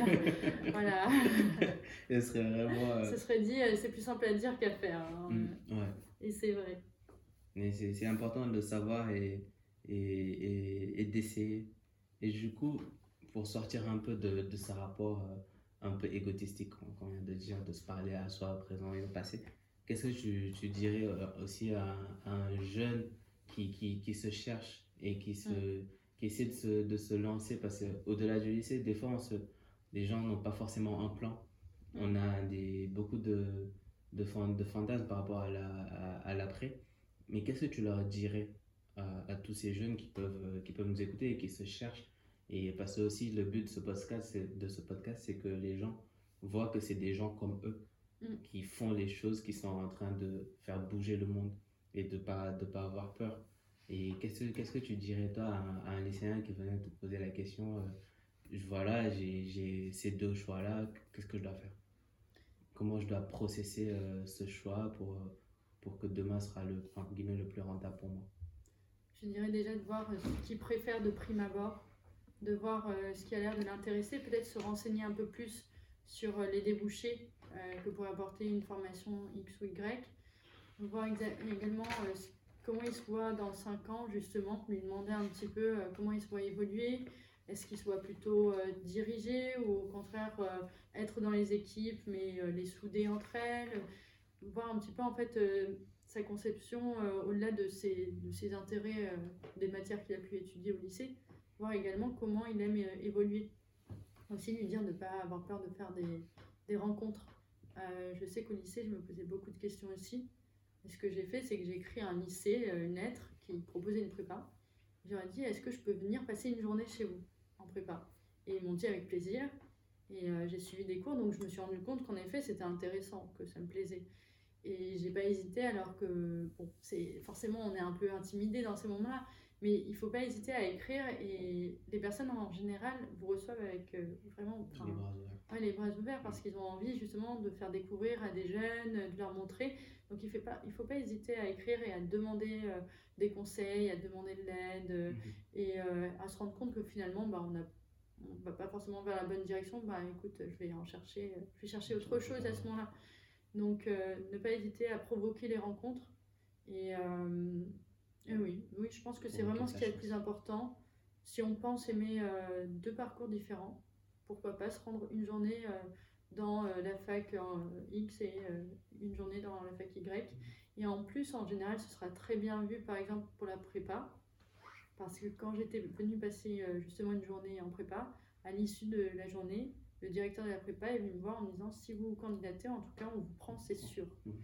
Voilà. Elle serait vraiment. euh, Se serait dit, euh, c'est plus simple à dire qu'à faire, hein. mm, ouais. Et c'est vrai. Mais c'est c'est important de le savoir et, et, et, et d'essayer. Et du coup, pour sortir un peu de, de ce rapport euh, un peu égotistique qu'on qu'on vient de dire, de se parler à soi, au présent et au passé, qu'est-ce que tu, tu dirais euh, aussi à, un à un jeune qui, qui, qui se cherche et qui, se, Mm. qui essaie de se, de se lancer? Parce qu'au-delà du lycée, des fois, on se, les gens n'ont pas forcément un plan. On a des, beaucoup de, de, fan- de fantasmes par rapport à la, à, à l'après. Mais qu'est-ce que tu leur dirais à, à tous ces jeunes qui peuvent, euh, qui peuvent nous écouter et qui se cherchent? Et parce que aussi le but de ce podcast, c'est, de ce podcast, c'est que les gens voient que c'est des gens comme eux Mm. qui font les choses, qui sont en train de faire bouger le monde et de pas, de pas avoir peur. Et qu'est-ce, que- qu'est-ce que tu dirais toi à un, à un lycéen qui venait te poser la question, euh, je- voilà, j'ai, j'ai ces deux choix-là, qu'est-ce que je dois faire? Comment je dois processer euh, ce choix pour, euh, pour que demain sera le, entre guillemets, le plus rentable pour moi? Je dirais déjà de voir euh, ce qu'il préfère de prime abord, de voir euh, ce qui a l'air de l'intéresser, peut-être se renseigner un peu plus sur euh, les débouchés euh, que pourrait apporter une formation X ou Y, voir exa- également euh, ce- comment il se voit dans cinq ans, justement, lui demander un petit peu euh, comment il se voit évoluer, est-ce qu'il se voit plutôt euh, diriger ou au contraire euh, être dans les équipes mais euh, les souder entre elles, voir un petit peu en fait euh, sa conception euh, au-delà de ses, de ses intérêts euh, des matières qu'il a pu étudier au lycée, voir également comment il aime euh, évoluer. Aussi lui dire de ne pas avoir peur de faire des, des rencontres. Euh, je sais qu'au lycée, je me posais beaucoup de questions aussi. Et ce que j'ai fait, c'est que j'ai écrit à un lycée euh, une lettre qui proposait une prépa. J'aurais dit, est-ce que je peux venir passer une journée chez vous en prépa? Et ils m'ont dit avec plaisir. Et euh, j'ai suivi des cours, donc je me suis rendu compte qu'en effet, c'était intéressant, que ça me plaisait. Et j'ai pas hésité alors que, bon, c'est, forcément, on est un peu intimidé dans ces moments-là, mais il faut pas hésiter à écrire et les personnes en général vous reçoivent avec euh, vraiment enfin, Les bras ouverts. ouais, les bras ouverts parce qu'ils ont envie justement de faire découvrir à des jeunes, de leur montrer. Donc il ne pas, il faut pas hésiter à écrire et à demander euh, des conseils, à demander de l'aide euh, Mhm. et euh, à se rendre compte que finalement, bah, on a on va pas forcément vers la bonne direction, bah écoute, je vais en chercher, je vais chercher autre chose à ce moment-là. Donc, euh, ne pas hésiter à provoquer les rencontres. Et, euh, et oui, oui, je pense que c'est Provoquer vraiment ce sa qui est le chance. plus important. Si on pense aimer euh, deux parcours différents, pourquoi pas se rendre une journée euh, dans euh, la fac euh, X et euh, une journée dans la fac Y. Et en plus, en général, ce sera très bien vu, par exemple, pour la prépa. Parce que quand j'étais venue passer euh, justement une journée en prépa, à l'issue de la journée, le directeur de la prépa est venu me voir en me disant si vous vous candidatez, en tout cas, on vous prend, c'est sûr. Mhm.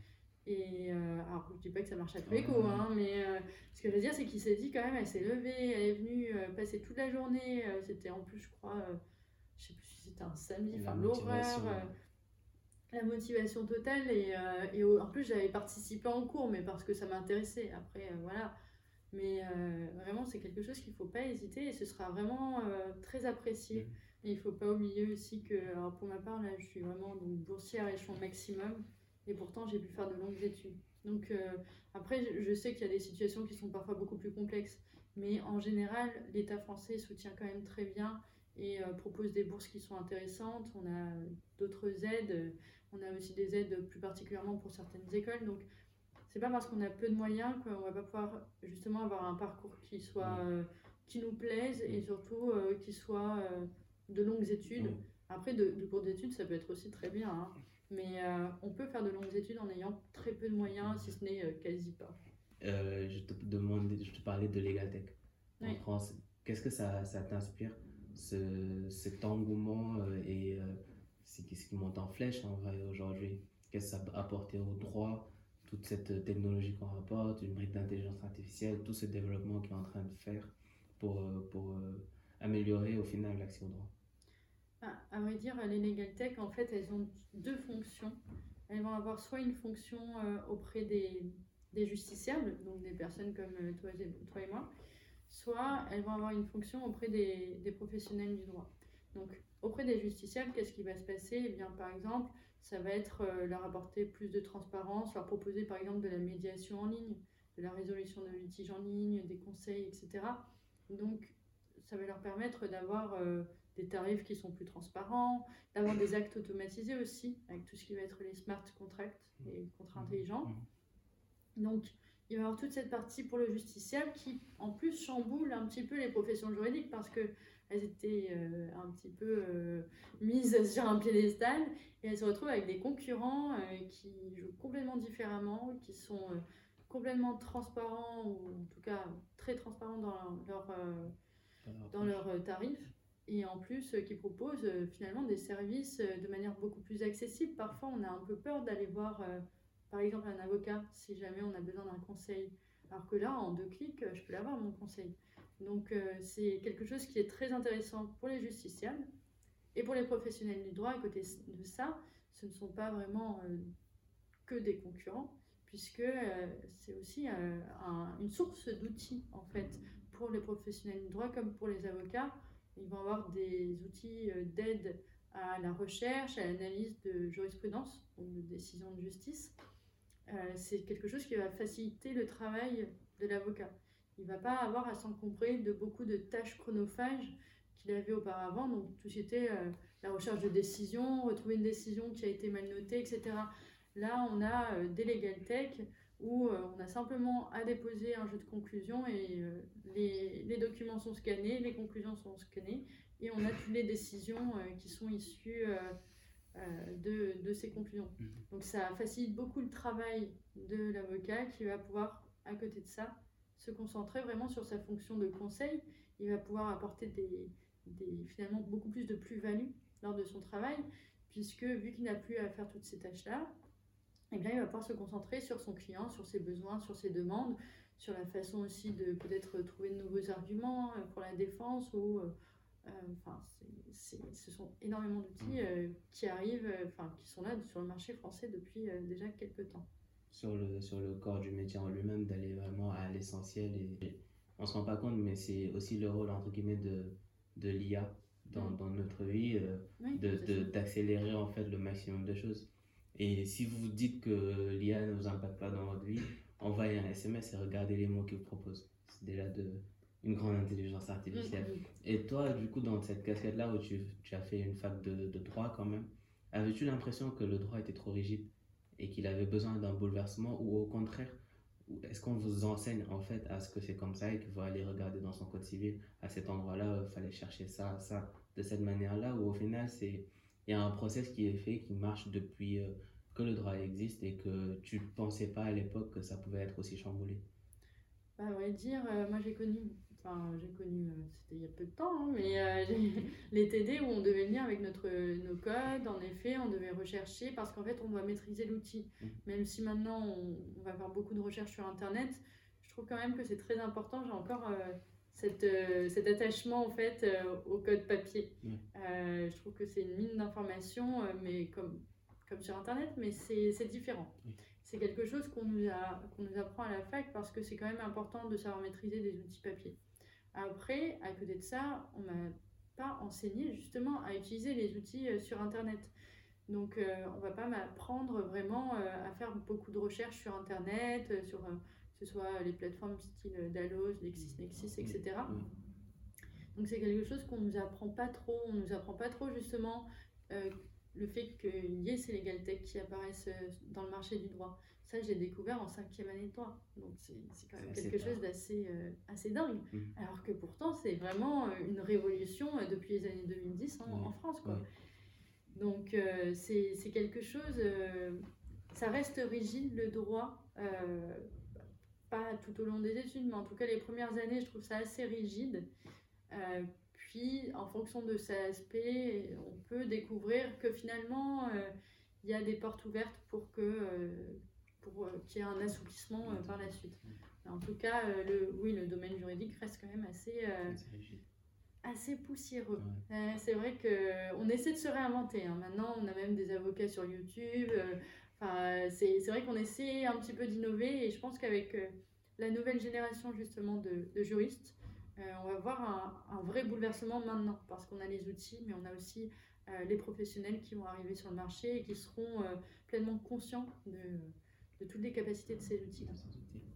Et euh, alors, je dis pas que ça marche à tous Ouais, les coups, ouais. hein, mais euh, ce que je veux dire, c'est qu'il s'est dit quand même, elle s'est levée, elle est venue euh, passer toute la journée. euh, c'était en plus, je crois, euh, je sais plus si c'était un samedi, La enfin l'horreur, motivation. euh, la motivation totale. Et, euh, et au- en plus, j'avais participé en cours, mais parce que ça m'intéressait. Après, euh, voilà. Mais euh, vraiment, c'est quelque chose qu'il ne faut pas hésiter et ce sera vraiment euh, très apprécié. Mhm. Et il ne faut pas oublier aussi que, alors pour ma part, là, je suis vraiment donc, boursière échelon maximum et pourtant, j'ai pu faire de longues études. Donc euh, après, je, je sais qu'il y a des situations qui sont parfois beaucoup plus complexes, mais en général, l'État français soutient quand même très bien et euh, propose des bourses qui sont intéressantes. On a d'autres aides, on a aussi des aides plus particulièrement pour certaines écoles. Donc c'est pas parce qu'on a peu de moyens qu'on va pas pouvoir justement avoir un parcours qui soit euh, qui nous plaise et surtout euh, qui soit euh, de longues études. Oui. Après, de, de courtes études, ça peut être aussi très bien, hein. Mais euh, on peut faire de longues études en ayant très peu de moyens, si ce n'est euh, quasi pas. Euh, je te demandais, je te parlais de l'Egatech en Oui. France. Qu'est-ce que ça, ça t'inspire, ce, cet engouement euh, et euh, ce qui, ce qui monte en flèche en vrai aujourd'hui? Qu'est-ce que ça peut apporter au droit, toute cette technologie qu'on rapporte, une brique d'intelligence artificielle, tout ce développement qui est en train de faire pour, euh, pour euh, améliorer au final l'accès au droit? Ah, à vrai dire, les Legal Tech, en fait, elles ont deux fonctions. Elles vont avoir soit une fonction euh, auprès des, des justiciables, donc des personnes comme euh, toi, et, toi et moi, soit elles vont avoir une fonction auprès des, des professionnels du droit. Donc, auprès des justiciables, qu'est-ce qui va se passer? Eh bien, par exemple, ça va être euh, leur apporter plus de transparence, leur proposer par exemple de la médiation en ligne, de la résolution de litiges en ligne, des conseils, et cetera. Donc, ça va leur permettre d'avoir euh, des tarifs qui sont plus transparents, d'avoir des actes automatisés aussi, avec tout ce qui va être les smart contracts, les contrats intelligents. Donc, il va y avoir toute cette partie pour le justiciable qui, en plus, chamboule un petit peu les professions juridiques parce qu'elles étaient euh, un petit peu euh, mises sur un piédestal et elles se retrouvent avec des concurrents euh, qui jouent complètement différemment, qui sont euh, complètement transparents ou en tout cas très transparents dans leur, euh, dans leurs tarifs et en plus euh, qui proposent euh, finalement des services euh, de manière beaucoup plus accessible. Parfois, on a un peu peur d'aller voir... Euh, par exemple, un avocat, si jamais on a besoin d'un conseil. Alors que là, en deux clics, je peux l'avoir, mon conseil. Donc, euh, c'est quelque chose qui est très intéressant pour les justiciables et pour les professionnels du droit. À côté de ça, ce ne sont pas vraiment euh, que des concurrents, puisque euh, c'est aussi euh, un, une source d'outils, en fait, pour les professionnels du droit comme pour les avocats. Ils vont avoir des outils euh, d'aide à la recherche, à l'analyse de jurisprudence ou de décisions de justice. Euh, c'est quelque chose qui va faciliter le travail de l'avocat. Il ne va pas avoir à s'encombrer de beaucoup de tâches chronophages qu'il avait auparavant, donc tout ce qui était euh, la recherche de décision, retrouver une décision qui a été mal notée, et cetera. Là, on a euh, des Legal Tech où euh, on a simplement à déposer un jeu de conclusion et euh, les, les documents sont scannés, les conclusions sont scannées et on a toutes les décisions euh, qui sont issues euh, Euh, de, de ces conclusions. Mmh. Donc ça facilite beaucoup le travail de l'avocat qui va pouvoir, à côté de ça, se concentrer vraiment sur sa fonction de conseil. Il va pouvoir apporter des, des, finalement beaucoup plus de plus-value lors de son travail, puisque vu qu'il n'a plus à faire toutes ces tâches-là, eh bien, il va pouvoir se concentrer sur son client, sur ses besoins, sur ses demandes, sur la façon aussi de peut-être trouver de nouveaux arguments pour la défense ou... Euh, Enfin, c'est, c'est, ce sont énormément d'outils euh, qui arrivent, enfin, euh, qui sont là sur le marché français depuis euh, déjà quelques temps. Sur le, sur le corps du métier en lui-même, d'aller vraiment à l'essentiel. Et on ne se rend pas compte, mais c'est aussi le rôle, entre guillemets, de, de l'I A dans, mmh. dans notre vie, euh, oui, de, de, d'accélérer en fait le maximum de choses. Et si vous dites que l'I A ne vous impacte pas dans votre vie, envoyez un S M S et regardez les mots qu'il vous propose. C'est déjà de... une grande intelligence artificielle. Mmh. Et toi, du coup, dans cette casquette-là où tu, tu as fait une fac de, de droit quand même, avais-tu l'impression que le droit était trop rigide et qu'il avait besoin d'un bouleversement ou au contraire, est-ce qu'on vous enseigne en fait à ce que c'est comme ça et qu'il faut aller regarder dans son code civil, à cet endroit-là, il fallait chercher ça, ça, de cette manière-là, où au final, c'est, il y a un process qui est fait, qui marche depuis euh, que le droit existe et que tu ne pensais pas à l'époque que ça pouvait être aussi chamboulé? Bah, à vrai dire, euh, moi j'ai connu... Enfin, j'ai connu, euh, c'était il y a peu de temps, hein, mais euh, les T D où on devait venir avec notre, nos codes, en effet, on devait rechercher parce qu'en fait, on doit maîtriser l'outil. Mmh. Même si maintenant, on, on va faire beaucoup de recherches sur Internet, je trouve quand même que c'est très important. J'ai encore euh, cette, euh, cet attachement, en fait, euh, au code papier. Mmh. Euh, je trouve que c'est une mine d'informations, euh, mais comme, comme sur Internet, mais c'est, c'est différent. Mmh. C'est quelque chose qu'on nous, a, qu'on nous apprend à la fac parce que c'est quand même important de savoir maîtriser des outils papier. Après, à côté de ça, on ne m'a pas enseigné justement à utiliser les outils sur Internet. Donc, euh, on ne va pas m'apprendre vraiment euh, à faire beaucoup de recherches sur Internet, euh, sur, euh, que ce soit les plateformes style Dallos, LexisNexis, et cetera. Donc, c'est quelque chose qu'on ne nous apprend pas trop. On ne nous apprend pas trop justement euh, le fait qu'il y ait ces Legal Tech qui apparaissent dans le marché du droit. Ça, j'ai découvert en cinquième année de droit. Donc, c'est, c'est quand même c'est quelque chose d'assez euh, assez dingue. Mmh. Alors que pourtant, c'est vraiment une révolution depuis les années deux mille dix en, mmh. en France, quoi. Mmh. Donc, euh, c'est, c'est quelque chose... Euh, ça reste rigide, le droit. Euh, pas tout au long des études, mais en tout cas, les premières années, je trouve ça assez rigide. Euh, puis, en fonction de cet aspect, on peut découvrir que finalement, euh, il y a des portes ouvertes pour que... Euh, pour euh, qu'il y ait un assouplissement euh, par la suite. En tout cas, euh, le, oui, le domaine juridique reste quand même assez, euh, assez poussiéreux. Ouais. Euh, c'est vrai qu'on essaie de se réinventer. Hein. Maintenant, on a même des avocats sur YouTube. Euh, c'est, c'est vrai qu'on essaie un petit peu d'innover et je pense qu'avec euh, la nouvelle génération justement de, de juristes, euh, on va voir un, un vrai bouleversement maintenant parce qu'on a les outils, mais on a aussi euh, les professionnels qui vont arriver sur le marché et qui seront euh, pleinement conscients de... de toutes les capacités de ces outils-là.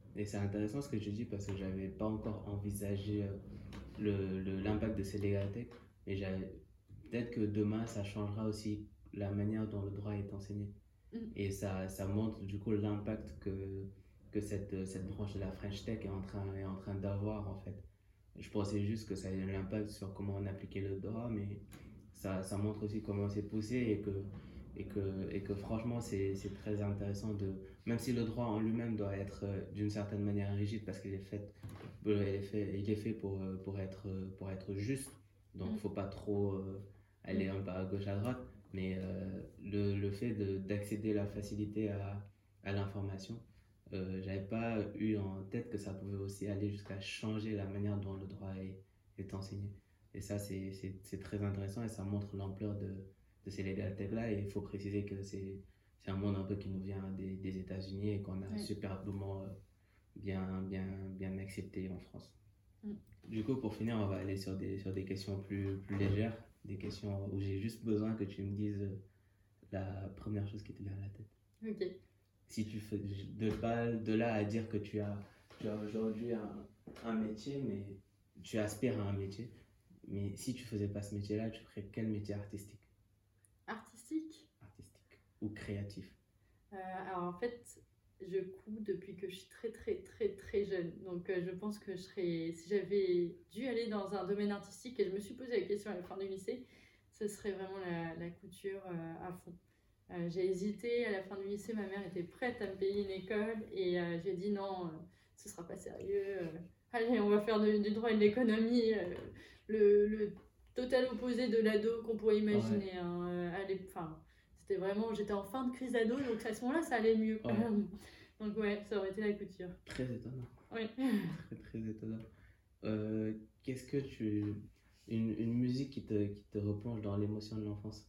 Et c'est intéressant ce que tu dis parce que j'avais pas encore envisagé euh, le, le- l'impact de ces légalités. Mais j'avais- peut-être que demain, ça changera aussi la manière dont le droit est enseigné. Mm. Et ça, ça montre du coup l'impact que, que cette, cette branche de la French Tech est en train, est en train d'avoir en fait. Je pensais juste que ça avait un impact sur comment on appliquait le droit, mais ça, ça montre aussi comment c'est poussé et que, et que, et que franchement, c'est, c'est très intéressant de, même si le droit en lui-même doit être euh, d'une certaine manière rigide parce qu'il est fait, euh, il est fait, il est fait pour, euh, pour, être, euh, pour être juste, donc il Mm. ne faut pas trop euh, aller un peu à gauche à droite, mais euh, le, le fait de, d'accéder la facilité à, à l'information, euh, j'avais pas eu en tête que ça pouvait aussi aller jusqu'à changer la manière dont le droit est, est enseigné. Et ça, c'est, c'est, c'est très intéressant et ça montre l'ampleur de, de ces légalités-là. Et il faut préciser que c'est, c'est un monde un peu qui nous vient des, des États-Unis et qu'on a Ouais. superbement euh, bien, bien, bien accepté en France. Mm. Du coup, pour finir, on va aller sur des, sur des questions plus, plus légères, des questions où j'ai juste besoin que tu me dises euh, la première chose qui te vient à la tête. Ok. Si tu fais de, pas, de là à dire que tu as, tu as aujourd'hui un, un métier, mais tu aspires à un métier, mais si tu faisais pas ce métier-là, tu ferais quel métier artistique? Artistique? Artistique ou créatif? Euh, alors en fait, je couds depuis que je suis très très très très jeune. Donc euh, je pense que je serais, si j'avais dû aller dans un domaine artistique et je me suis posé la question à la fin du lycée, ce serait vraiment la, la couture euh, à fond. Euh, j'ai hésité à la fin du lycée, ma mère était prête à me payer une école et euh, j'ai dit non, euh, ce sera pas sérieux. euh, allez, on va faire de- du droit et de l'économie, euh, le, le total opposé de l'ado qu'on pourrait imaginer. Hein, euh, à l'ép- enfin, c'était vraiment, j'étais en fin de crise d'ado, donc à ce moment-là, ça allait mieux. Ouais. Donc ouais, ça aurait été la couture. Très étonnant. Oui. Très, très étonnant. Euh, qu'est-ce que tu... Une, une musique qui te, qui te replonge dans l'émotion de l'enfance?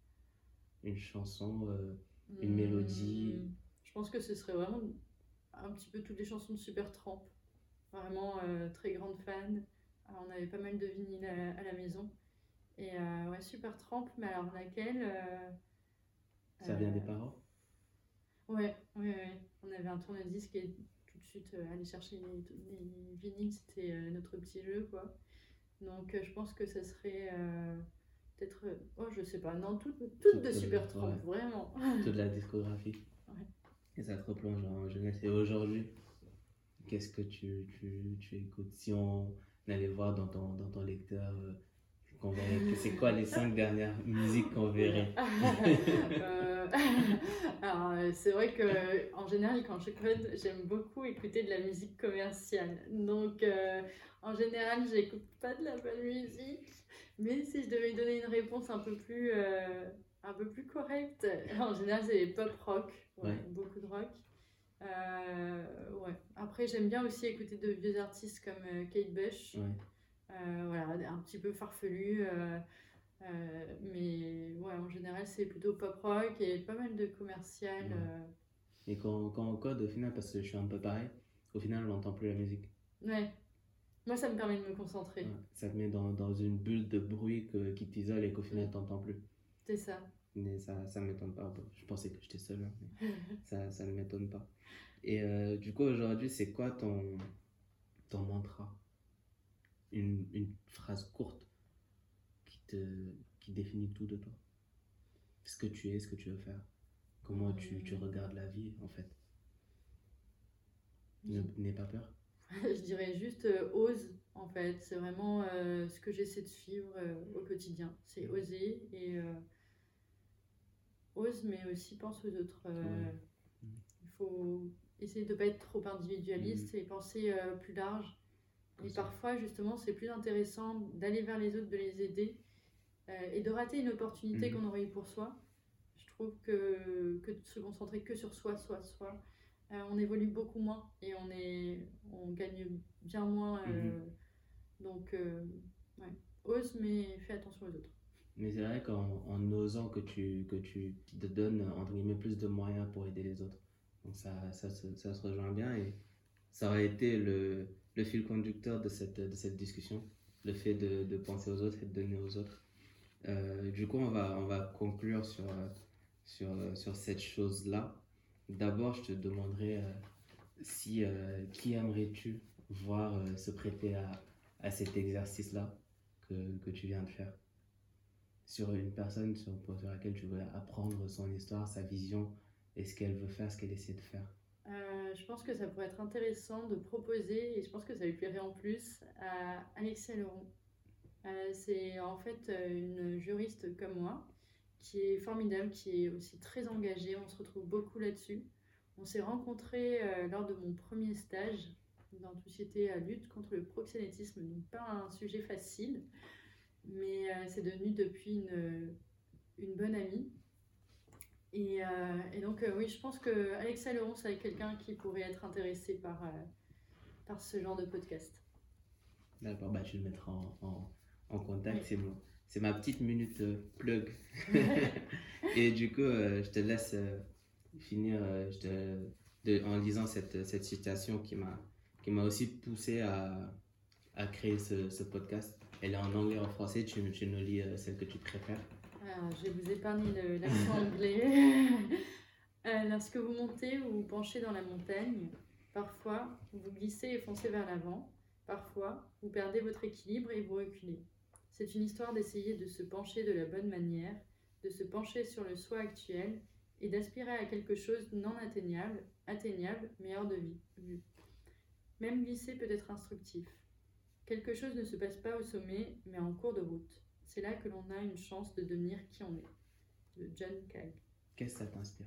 Une chanson, euh, une mélodie? Hmm, Je pense que ce serait vraiment un petit peu toutes les chansons de Supertramp. Vraiment euh, très grande fan. Alors, on avait pas mal de vinyles à, à la maison. Et euh, ouais, Supertramp, mais alors laquelle euh, Ça vient euh, des parents? Ouais, ouais, ouais. On avait un tourne-disque et tout de suite euh, aller chercher les, les vinyles, c'était euh, notre petit jeu, quoi. Donc euh, je pense que ça serait euh, peut-être, euh, oh je sais pas, non, toutes toutes Toute, de euh, Supertramp, ouais. vraiment. Toute la discographie. Ouais. Et ça te replonge en jeunesse. Et aujourd'hui, qu'est-ce que tu, tu, tu écoutes? Si on allait voir dans ton, dans ton lecteur, euh, qu'on verrait, que c'est quoi les cinq dernières musiques qu'on verrait? Euh, alors, euh, c'est vrai que en général, quand je code, j'aime beaucoup écouter de la musique commerciale. Donc, euh, en général, j'écoute pas de la bonne musique. Mais si je devais donner une réponse un peu plus, euh, un peu plus correcte, en général, c'est pop rock. Ouais, Ouais. beaucoup de rock. Euh, ouais. Après, j'aime bien aussi écouter de vieux artistes comme euh, Kate Bush. Ouais. Euh, voilà, un petit peu farfelu. euh, euh, mais ouais, en général, c'est plutôt pop rock et pas mal de commercial. Ouais. euh, Et quand, quand on code, au final, parce que je suis un peu pareil, au final, on n'entend plus la musique. Ouais. Moi, ça me permet de me concentrer. Ouais. Ça te met dans, dans une bulle de bruit que, qui t'isole et qu'au final, Mm. tu n'entends plus. C'est ça. Mais ça ne m'étonne pas. Bon, je pensais que j'étais seul, hein, mais ça, ça ne m'étonne pas. Et euh, du coup, aujourd'hui, c'est quoi ton, ton mantra? Une, une phrase courte qui, te, qui définit tout de toi. Ce que tu es, ce que tu veux faire. Comment tu, tu regardes la vie, en fait. Ne- N'aie pas peur. Je dirais juste euh, ose, en fait. C'est vraiment euh, ce que j'essaie de suivre euh, au quotidien. C'est oser et euh, ose, mais aussi pense aux autres. Euh, Ouais. Il faut essayer de ne pas être trop individualiste et penser euh, plus large. Comme Et ça. parfois, justement, c'est plus intéressant d'aller vers les autres, de les aider euh, et de rater une opportunité Mhm. qu'on aurait eue pour soi. Je trouve que, que de se concentrer que sur soi, soi, soi, euh, on évolue beaucoup moins et on, est, on gagne bien moins. euh, Donc, euh, ouais, ose, mais fais attention aux autres. Mais c'est vrai qu'en en osant que tu, que tu te donnes, entre guillemets, plus de moyens pour aider les autres. Donc ça, ça, se, ça se rejoint bien et ça aurait été le, le fil conducteur de cette, de cette discussion, le fait de, de penser aux autres et de donner aux autres. Euh, du coup, on va, on va conclure sur, euh, sur, euh, sur cette chose-là. D'abord, je te demanderai, euh, si, euh, qui aimerais-tu voir euh, se prêter à, à cet exercice-là que, que tu viens de faire? Sur une personne sur, sur laquelle tu veux apprendre son histoire, sa vision, et ce qu'elle veut faire, ce qu'elle essaie de faire. Euh, je pense que ça pourrait être intéressant de proposer, et je pense que ça lui plairait en plus, à Alexia Leroux. Euh, c'est en fait euh, une juriste comme moi, qui est formidable, qui est aussi très engagée. On se retrouve beaucoup là-dessus. On s'est rencontrés euh, lors de mon premier stage dans tout ce qui était à lutte contre le proxénétisme, donc pas un sujet facile, mais euh, c'est devenu depuis une, une bonne amie. Et, euh, et donc euh, oui, je pense que Alexia Leroux, c'est quelqu'un qui pourrait être intéressé par, euh, par ce genre de podcast. D'accord, bah, tu le mettras en, en, en contact, Oui. c'est bon. C'est ma petite minute euh, plug. Et du coup, euh, je te laisse euh, finir euh, je te, de, en lisant cette, cette citation qui m'a, qui m'a aussi poussé à, à créer ce, ce podcast. Elle est en anglais et en français, tu, tu nous lis euh, celle que tu préfères. Alors, je vais vous épargner le- l'accent anglais. Euh, lorsque vous montez ou vous penchez dans la montagne, parfois vous glissez et foncez vers l'avant, parfois vous perdez votre équilibre et vous reculez. C'est une histoire d'essayer de se pencher de la bonne manière, de se pencher sur le soi actuel et d'aspirer à quelque chose non atteignable, atteignable mais hors de vue. Même glisser peut être instructif. Quelque chose ne se passe pas au sommet, mais en cours de route. C'est là que l'on a une chance de devenir qui on est. De John Kay. Qu'est-ce que ça t'inspire?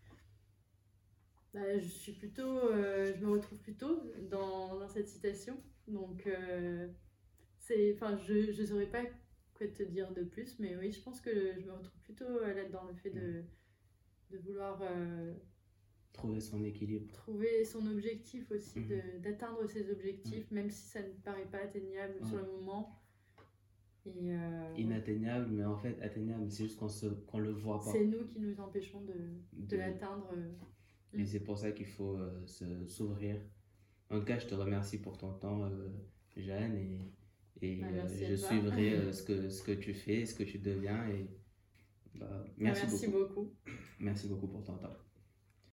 Bah, je suis plutôt, euh, je me retrouve plutôt dans, dans cette citation. Donc, euh, c'est, enfin, je ne saurais pas quoi te dire de plus, mais oui, je pense que je me retrouve plutôt là-dedans, le fait de, de vouloir euh, Trouver son équilibre. trouver son objectif aussi, Mhm. de- d'atteindre ses objectifs, même si ça ne paraît pas atteignable Ouais. sur le moment. Et, euh, Inatteignable, mais en fait atteignable, c'est juste qu'on se, qu'on le voit pas. c'est nous qui nous empêchons de, de De- l'atteindre. euh. Et c'est pour ça qu'il faut euh, se, s'ouvrir. En tout cas, je te remercie pour ton temps, euh, Jeanne, et, et Bah, euh, merci à je toi. suivrai euh, ce, que, ce que tu fais, ce que tu deviens. Et, bah, merci, Merci beaucoup. beaucoup. Merci beaucoup pour ton temps.